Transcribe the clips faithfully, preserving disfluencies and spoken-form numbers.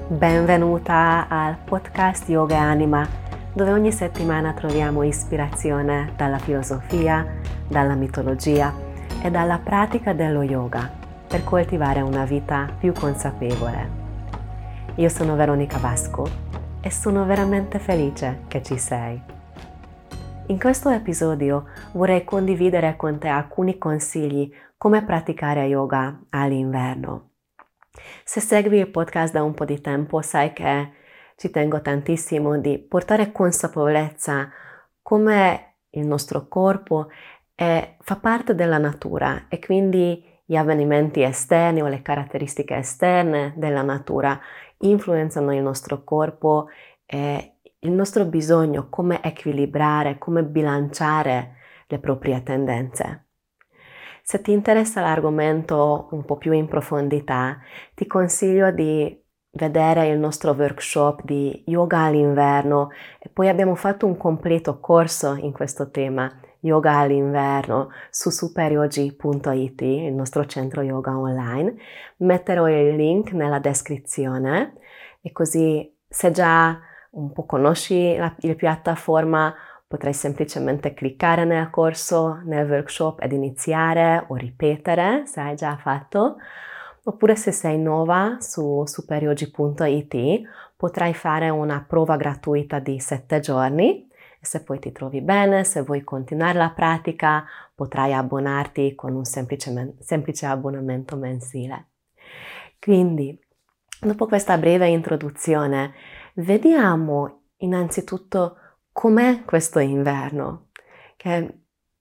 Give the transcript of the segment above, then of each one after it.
Benvenuta al podcast Yoga e Anima, dove ogni settimana troviamo ispirazione dalla filosofia, dalla mitologia e dalla pratica dello yoga per coltivare una vita più consapevole. Io sono Veronica Vasco e sono veramente felice che ci sei. In questo episodio vorrei condividere con te alcuni consigli come praticare yoga all'inverno. Se segui il podcast da un po' di tempo sai che ci tengo tantissimo di portare consapevolezza come il nostro corpo è, fa parte della natura e quindi gli avvenimenti esterni o le caratteristiche esterne della natura influenzano il nostro corpo e il nostro bisogno come equilibrare, come bilanciare le proprie tendenze. Se ti interessa l'argomento un po' più in profondità, ti consiglio di vedere il nostro workshop di yoga all'inverno e poi abbiamo fatto un completo corso in questo tema, yoga all'inverno, su superyogi punto it, il nostro centro yoga online. Metterò il link nella descrizione e così se già un po' conosci la, la piattaforma potrai semplicemente cliccare nel corso, nel workshop ed iniziare o ripetere se hai già fatto. Oppure se sei nuova su superyogi punto it potrai fare una prova gratuita di sette giorni e se poi ti trovi bene, se vuoi continuare la pratica, potrai abbonarti con un semplice, semplice abbonamento mensile. Quindi, dopo questa breve introduzione, vediamo innanzitutto com'è questo inverno, che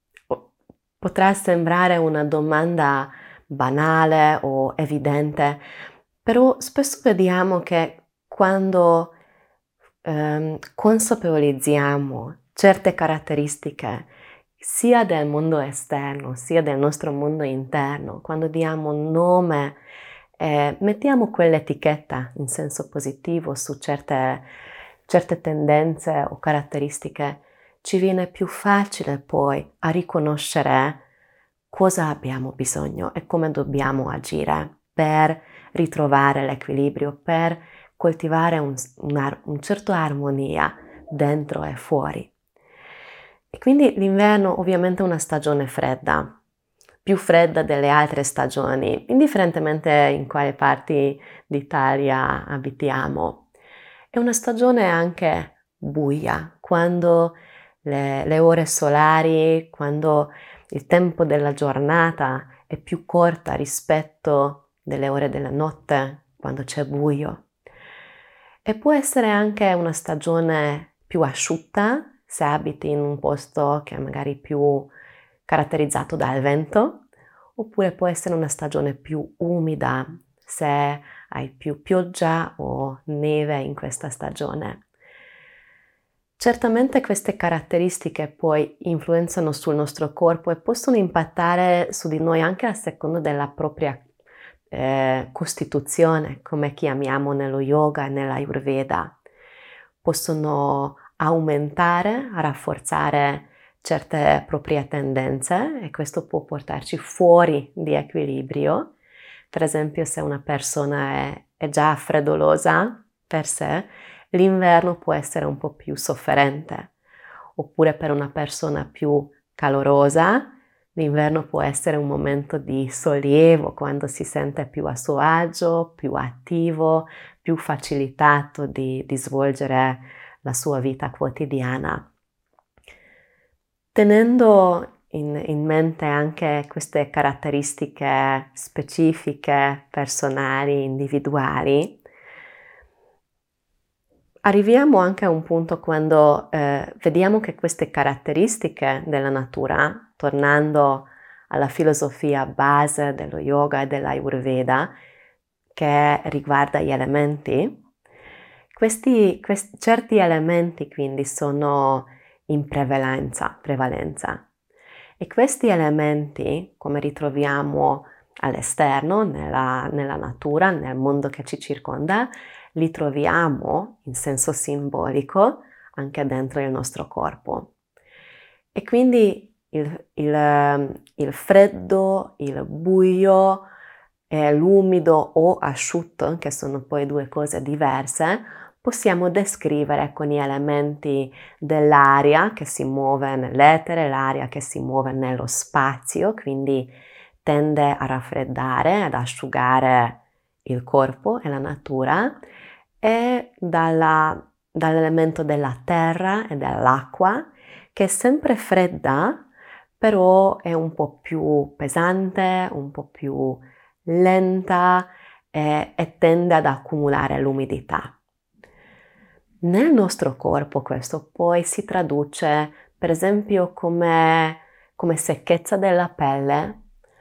potrà sembrare una domanda banale o evidente, però spesso vediamo che quando ehm, consapevolizziamo certe caratteristiche sia del mondo esterno sia del nostro mondo interno, quando diamo nome e mettiamo quell'etichetta in senso positivo su certe certe tendenze o caratteristiche, ci viene più facile poi a riconoscere cosa abbiamo bisogno e come dobbiamo agire per ritrovare l'equilibrio, per coltivare un, una un certo armonia dentro e fuori. E quindi l'inverno ovviamente è una stagione fredda, più fredda delle altre stagioni, indifferentemente in quale parti d'Italia abitiamo. È una stagione anche buia, quando le, le ore solari, quando il tempo della giornata è più corta rispetto delle ore della notte, quando c'è buio. E può essere anche una stagione più asciutta, se abiti in un posto che è magari più caratterizzato dal vento, oppure può essere una stagione più umida, se hai più pioggia o neve in questa stagione. Certamente queste caratteristiche poi influenzano sul nostro corpo e possono impattare su di noi anche a seconda della propria eh, costituzione, come chiamiamo nello yoga e nell'Ayurveda. Possono aumentare, rafforzare certe proprie tendenze e questo può portarci fuori di equilibrio. Per esempio, se una persona è, è già freddolosa per sé, l'inverno può essere un po' più sofferente. Oppure per una persona più calorosa, l'inverno può essere un momento di sollievo, quando si sente più a suo agio, più attivo, più facilitato di, di svolgere la sua vita quotidiana. Tenendo in, in mente anche queste caratteristiche specifiche, personali, individuali, arriviamo anche a un punto quando eh, vediamo che queste caratteristiche della natura, tornando alla filosofia base dello yoga e dell'Ayurveda, che riguarda gli elementi, questi, questi certi elementi quindi sono in prevalenza, prevalenza. E questi elementi, come ritroviamo all'esterno, nella, nella natura, nel mondo che ci circonda, li troviamo in senso simbolico anche dentro il nostro corpo. E quindi il, il, il freddo, il buio e l'umido o asciutto, che sono poi due cose diverse, possiamo descrivere con gli elementi dell'aria che si muove nell'etere, l'aria che si muove nello spazio, quindi tende a raffreddare, ad asciugare il corpo e la natura, e dalla, dall'elemento della terra e dell'acqua, che è sempre fredda, però è un po' più pesante, un po' più lenta e, e tende ad accumulare l'umidità. Nel nostro corpo questo poi si traduce per esempio come, come secchezza della pelle,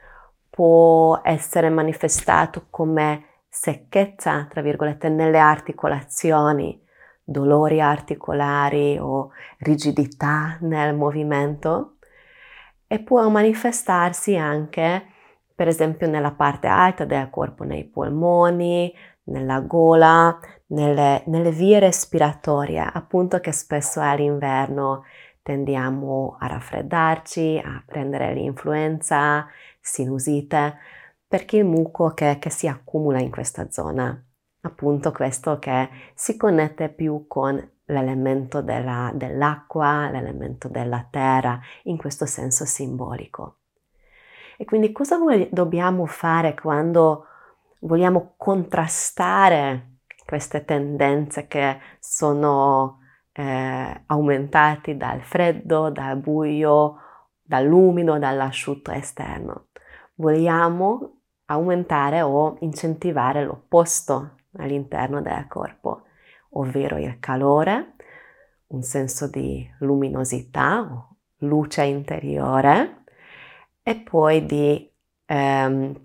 può essere manifestato come secchezza, tra virgolette, nelle articolazioni, dolori articolari o rigidità nel movimento, e può manifestarsi anche per esempio nella parte alta del corpo, nei polmoni, nella gola, nelle, nelle vie respiratorie, appunto, che spesso all'inverno tendiamo a raffreddarci, a prendere l'influenza, sinusite, perché il muco che, che si accumula in questa zona, appunto questo che si connette più con l'elemento della, dell'acqua, l'elemento della terra, in questo senso simbolico. E quindi cosa vog- dobbiamo fare quando vogliamo contrastare queste tendenze che sono eh, aumentate dal freddo, dal buio, dall'umido, dall'asciutto esterno? Vogliamo aumentare o incentivare l'opposto all'interno del corpo, ovvero il calore, un senso di luminosità o luce interiore, e poi di ehm,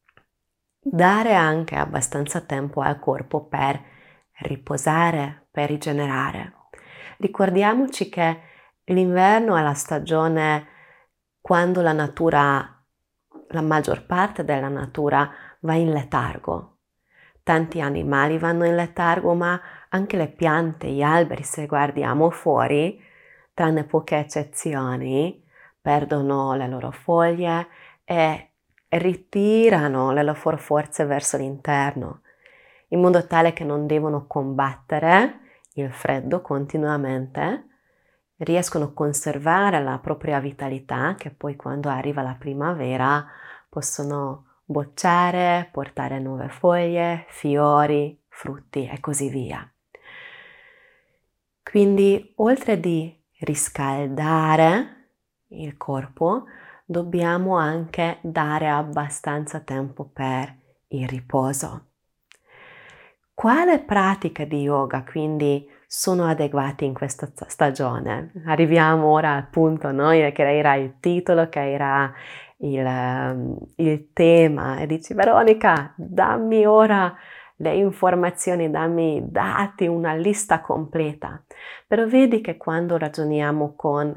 dare anche abbastanza tempo al corpo per riposare, per rigenerare. Ricordiamoci che l'inverno è la stagione quando la natura, la maggior parte della natura va in letargo. Tanti animali vanno in letargo, ma anche le piante, gli alberi, se guardiamo fuori, tranne poche eccezioni, perdono le loro foglie e ritirano le loro forze verso l'interno, in modo tale che non devono combattere il freddo continuamente, riescono a conservare la propria vitalità, che poi quando arriva la primavera possono bocciare, portare nuove foglie, fiori, frutti e così via. Quindi, oltre di riscaldare il corpo, dobbiamo anche dare abbastanza tempo per il riposo. Quale pratica di yoga quindi sono adeguate in questa stagione? Arriviamo ora al punto, no? Che era il titolo, che era il, il tema, e dici: Veronica, dammi ora le informazioni, dammi dati, una lista completa. Però vedi che quando ragioniamo con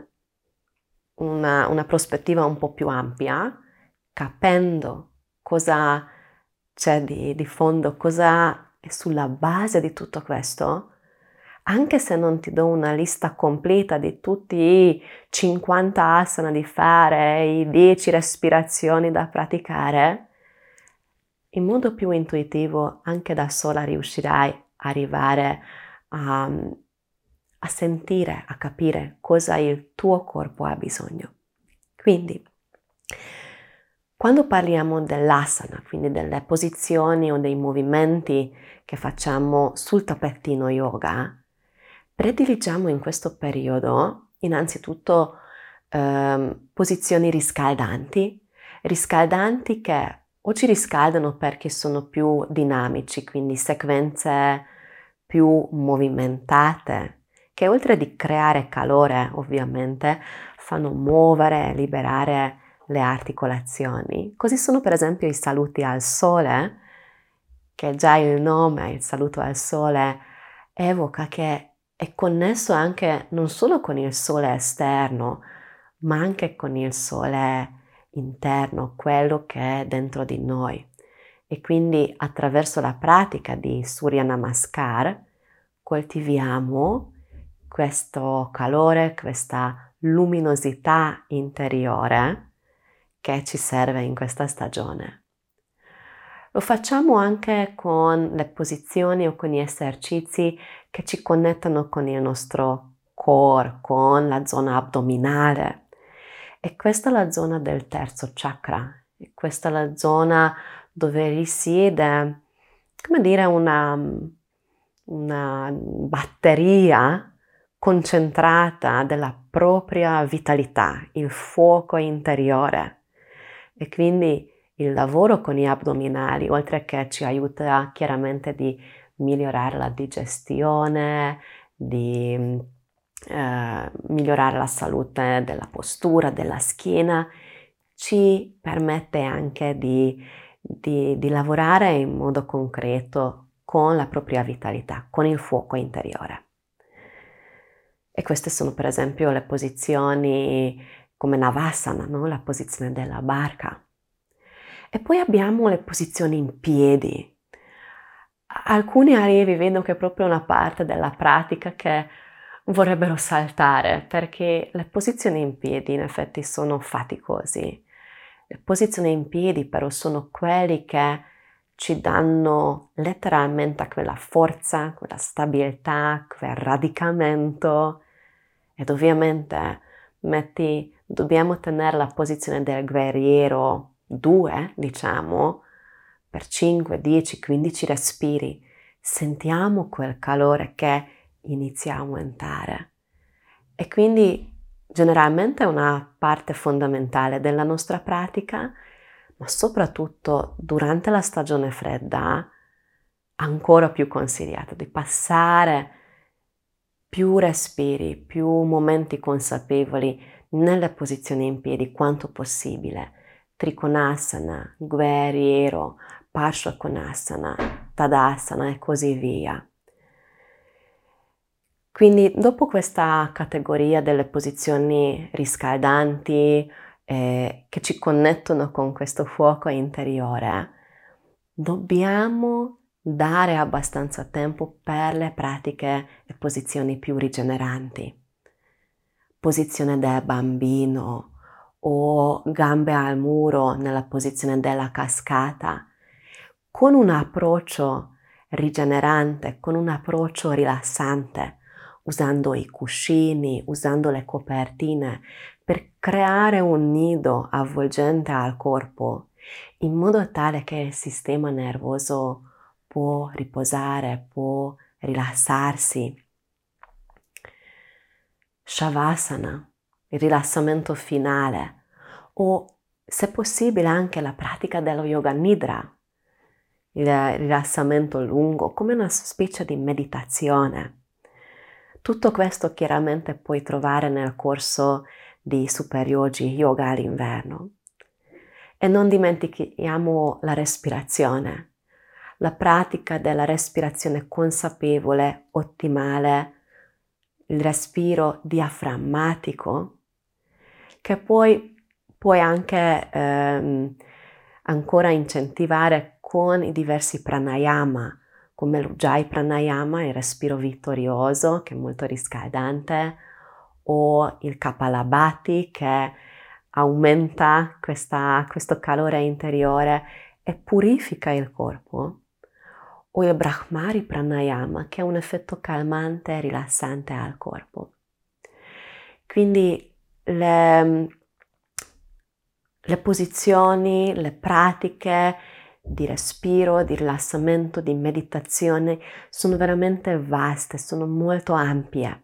una, una prospettiva un po' più ampia, capendo cosa c'è di, di fondo, cosa è sulla base di tutto questo, anche se non ti do una lista completa di tutti i cinquanta asana da fare, i dieci respirazioni da praticare, in modo più intuitivo anche da sola riuscirai a arrivare a, a sentire, a capire cosa il tuo corpo ha bisogno. Quindi, quando parliamo dell'asana, quindi delle posizioni o dei movimenti che facciamo sul tappetino yoga, prediligiamo in questo periodo innanzitutto ehm, posizioni riscaldanti, riscaldanti che o ci riscaldano perché sono più dinamici, quindi sequenze più movimentate, che oltre di creare calore ovviamente fanno muovere e liberare le articolazioni. Così sono per esempio i saluti al sole, che già il nome, il saluto al sole, evoca che è connesso anche non solo con il sole esterno, ma anche con il sole interno, quello che è dentro di noi. E quindi attraverso la pratica di Surya Namaskar coltiviamo questo calore, questa luminosità interiore che ci serve in questa stagione. Lo facciamo anche con le posizioni o con gli esercizi che ci connettono con il nostro core, con la zona addominale. E questa è la zona del terzo chakra. E questa è la zona dove risiede, come dire, una, una batteria concentrata della propria vitalità, il fuoco interiore. E quindi il lavoro con gli addominali, oltre che ci aiuta chiaramente di migliorare la digestione, di eh, migliorare la salute della postura, della schiena, ci permette anche di, di, di lavorare in modo concreto con la propria vitalità, con il fuoco interiore. E queste sono per esempio le posizioni come Navasana, no? La posizione della barca. E poi abbiamo le posizioni in piedi. Alcuni allievi vedo che è proprio una parte della pratica che vorrebbero saltare, perché le posizioni in piedi in effetti sono faticosi. Le posizioni in piedi però sono quelli che ci danno letteralmente quella forza, quella stabilità, quel radicamento. Ed ovviamente metti, dobbiamo tenere la posizione del guerriero due, diciamo, per cinque, dieci, quindici respiri. Sentiamo quel calore che inizia a aumentare. E quindi generalmente è una parte fondamentale della nostra pratica, ma soprattutto durante la stagione fredda ancora più consigliato di passare più respiri, più momenti consapevoli nelle posizioni in piedi quanto possibile. Trikonasana, guerriero, Parsvakonasana, Tadasana e così via. Quindi dopo questa categoria delle posizioni riscaldanti eh, che ci connettono con questo fuoco interiore, dobbiamo dare abbastanza tempo per le pratiche e posizioni più rigeneranti. Posizione del bambino o gambe al muro nella posizione della cascata, con un approccio rigenerante, con un approccio rilassante, usando i cuscini, usando le copertine, per creare un nido avvolgente al corpo, in modo tale che il sistema nervoso può riposare, può rilassarsi. Shavasana, il rilassamento finale, o se possibile anche la pratica dello Yoga Nidra, il rilassamento lungo, come una specie di meditazione. Tutto questo chiaramente puoi trovare nel corso di Super Yogi Yoga all'inverno. E non dimentichiamo la respirazione, la pratica della respirazione consapevole, ottimale, il respiro diaframmatico, che poi puoi anche ehm, ancora incentivare con i diversi pranayama, come l'Ujjayi Pranayama, il respiro vittorioso, che è molto riscaldante, o il Kapalabhati, che aumenta questa, questo calore interiore e purifica il corpo, o il Brahmari Pranayama, che ha un effetto calmante e rilassante al corpo. Quindi le, le posizioni, le pratiche di respiro, di rilassamento, di meditazione sono veramente vaste, sono molto ampie.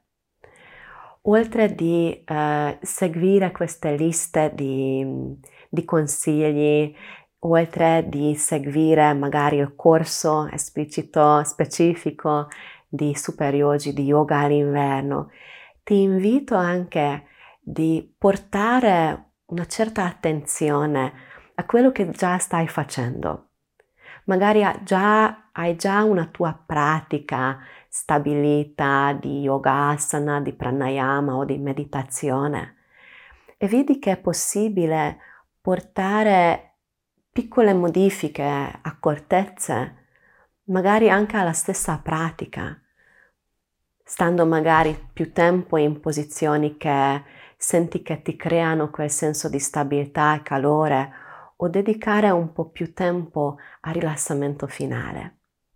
Oltre di eh, seguire queste liste di, di consigli, oltre di seguire magari il corso esplicito, specifico di Super Yogi, di yoga all'inverno, ti invito anche di portare una certa attenzione a quello che già stai facendo. Magari già, hai già una tua pratica stabilita di yoga asana, di pranayama o di meditazione e vedi che è possibile portare piccole modifiche, accortezze, magari anche alla stessa pratica, stando magari più tempo in posizioni che senti che ti creano quel senso di stabilità e calore, o dedicare un po' più tempo al rilassamento finale.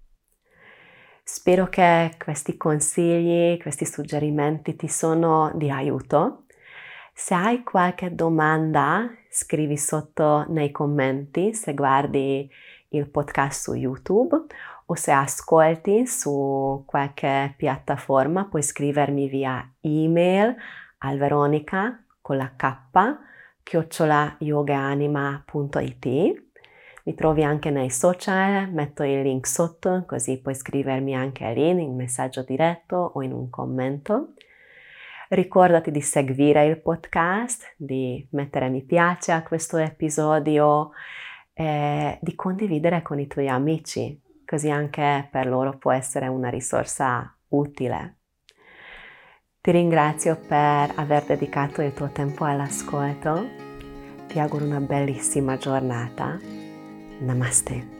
Spero che questi consigli, questi suggerimenti ti sono di aiuto. Se hai qualche domanda, scrivi sotto nei commenti se guardi il podcast su YouTube o se ascolti su qualche piattaforma, puoi scrivermi via email al Veronica con la K chiocciola yogaanima punto it. Mi trovi anche nei social, metto il link sotto, così puoi scrivermi anche lì in messaggio diretto o in un commento. Ricordati di seguire il podcast, di mettere mi piace a questo episodio e di condividere con i tuoi amici, così anche per loro può essere una risorsa utile. Ti ringrazio per aver dedicato il tuo tempo all'ascolto. Ti auguro una bellissima giornata. Namaste.